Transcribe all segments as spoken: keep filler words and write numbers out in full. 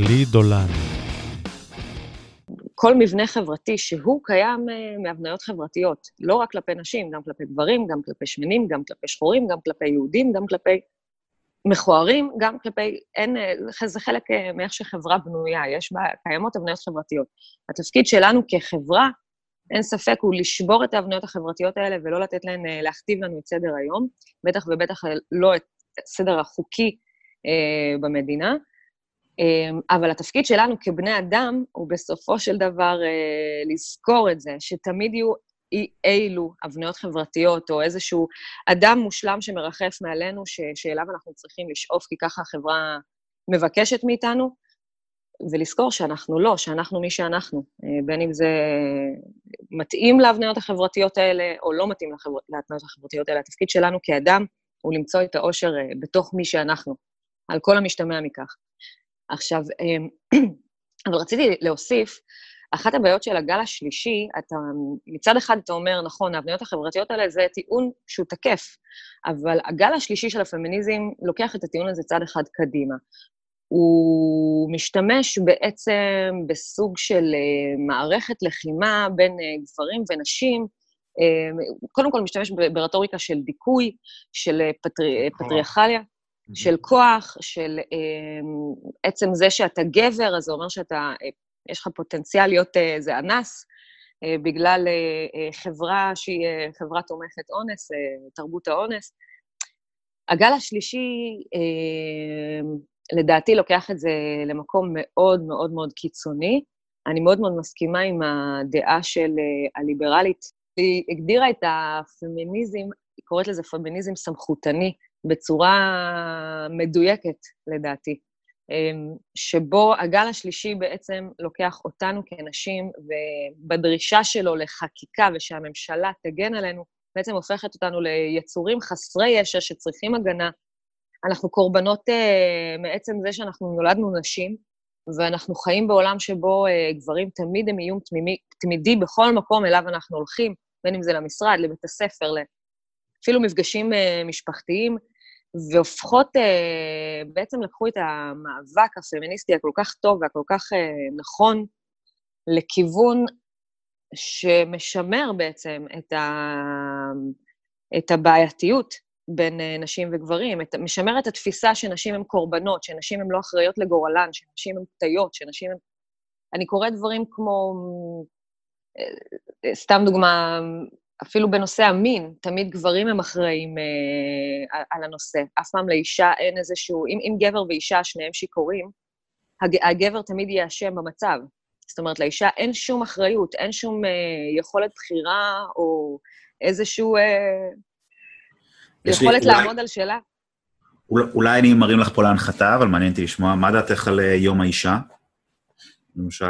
לי דולן. כל מבנה חברתי שהוא קיים מהבניות חברתיות, לא רק כלפי נשים, גם כלפי גברים, גם כלפי שמנים, גם כלפי שחורים, גם כלפי יהודים, גם כלפי מכוערים, גם כלפי, אין, זה חלק מאיך שחברה בנויה, יש בה, קיימות הבניות חברתיות. התפקיד שלנו כחברה, אין ספק, הוא לשבור את ההבניות החברתיות האלה, ולא לתת להן להכתיב לנו את סדר היום, בטח ובטח לא את סדר החוקי אה, במדינה, אבל התפקיד שלנו כבני אדם, הוא בסופו של דבר אה, לזכור את זה, שתמיד יהיו אי אילו הבניות חברתיות, או איזשהו אדם מושלם שמרחף מעלינו, ש, שאליו אנחנו צריכים לשאוף, כי ככה החברה מבקשת מאיתנו, ולזכור שאנחנו לא, שאנחנו מי שאנחנו, בין אם זה מתאים להבניות החברתיות האלה, או לא מתאים להבניות החברתיות האלה. התפקיד שלנו כאדם הוא למצוא את האושר בתוך מי שאנחנו, על כל המשתמע מכך. עכשיו, אבל רציתי להוסיף, אחת הבעיות של הגל השלישי, אתה, מצד אחד אתה אומר, נכון, ההבניות החברתיות האלה זה טיעון שהוא תקף, אבל הגל השלישי של הפמיניזם לוקח את הטיעון הזה צד אחד קדימה. הוא משתמש בעצם בסוג של מערכת לחימה בין גברים ונשים, קודם כל משתמש ברטוריקה של דיכוי, של פטרי, פטריארכליה, של כוח, של עצם זה שאתה גבר, אז זה אומר שאתה, יש לך פוטנציאל להיות איזה אנס, בגלל חברה שהיא חברה תומכת אונס, תרבות האונס. הגל השלישי, לדעתי לוקח את זה למקום מאוד מאוד מאוד קיצוני. אני מאוד מאוד מסכימה עם הדעה של הליברלית. היא הגדירה את הפמיניזם, היא קוראת לזה פמיניזם סמכותני, בצורה מדויקת, לדעתי, שבו הגל השלישי בעצם לוקח אותנו כאנשים, ובדרישה שלו לחקיקה ושהממשלה תגן עלינו, בעצם הופכת אותנו ליצורים חסרי ישע שצריכים הגנה. אנחנו קורבנות uh, מעצם זה שאנחנו נולדנו נשים, ואנחנו חיים בעולם שבו uh, גברים תמיד הם איום תמימי, תמידי בכל מקום אליו אנחנו הולכים, בין אם זה למשרד, לבית הספר, אפילו מפגשים uh, משפחתיים, והופכות, uh, בעצם לקחו את המאבק הפמיניסטי הכל כך טוב והכל כך uh, נכון, לכיוון שמשמר בעצם את, ה... את הבעייתיות, בין נשים וגברים, משמר את התפיסה שנשים הן קורבנות, שנשים הן לא אחראיות לגורלן, שנשים הן פתיות, שנשים הן... אני קוראת דברים כמו, סתם דוגמה, אפילו בנושא המין, תמיד גברים הם אחראים אה, על הנושא. אף פעם לאישה אין איזשהו... אם, אם גבר ואישה שניהם שיכורים, הגבר תמיד יהיה אשם במצב. זאת אומרת, לאישה אין שום אחריות, אין שום אה, יכולת בחירה, או איזשהו... אה, יכולת לעמוד על שאלה? אולי אני מרים לך פה להנחתה, אבל מעניין אותי לשמוע, מה דעתך על יום האישה, למשל?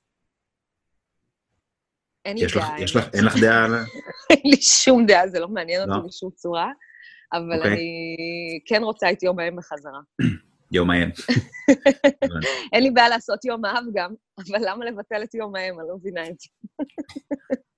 אין לי דעה. אין לך דעה? אין לי שום דעה, זה לא מעניין אותי בשום צורה, אבל אני כן רוצה את יום האם בחזרה. יום האם. אין לי בעיה לעשות יום האב גם, אבל למה לבטל את יום האם? אני לא מבינה את זה.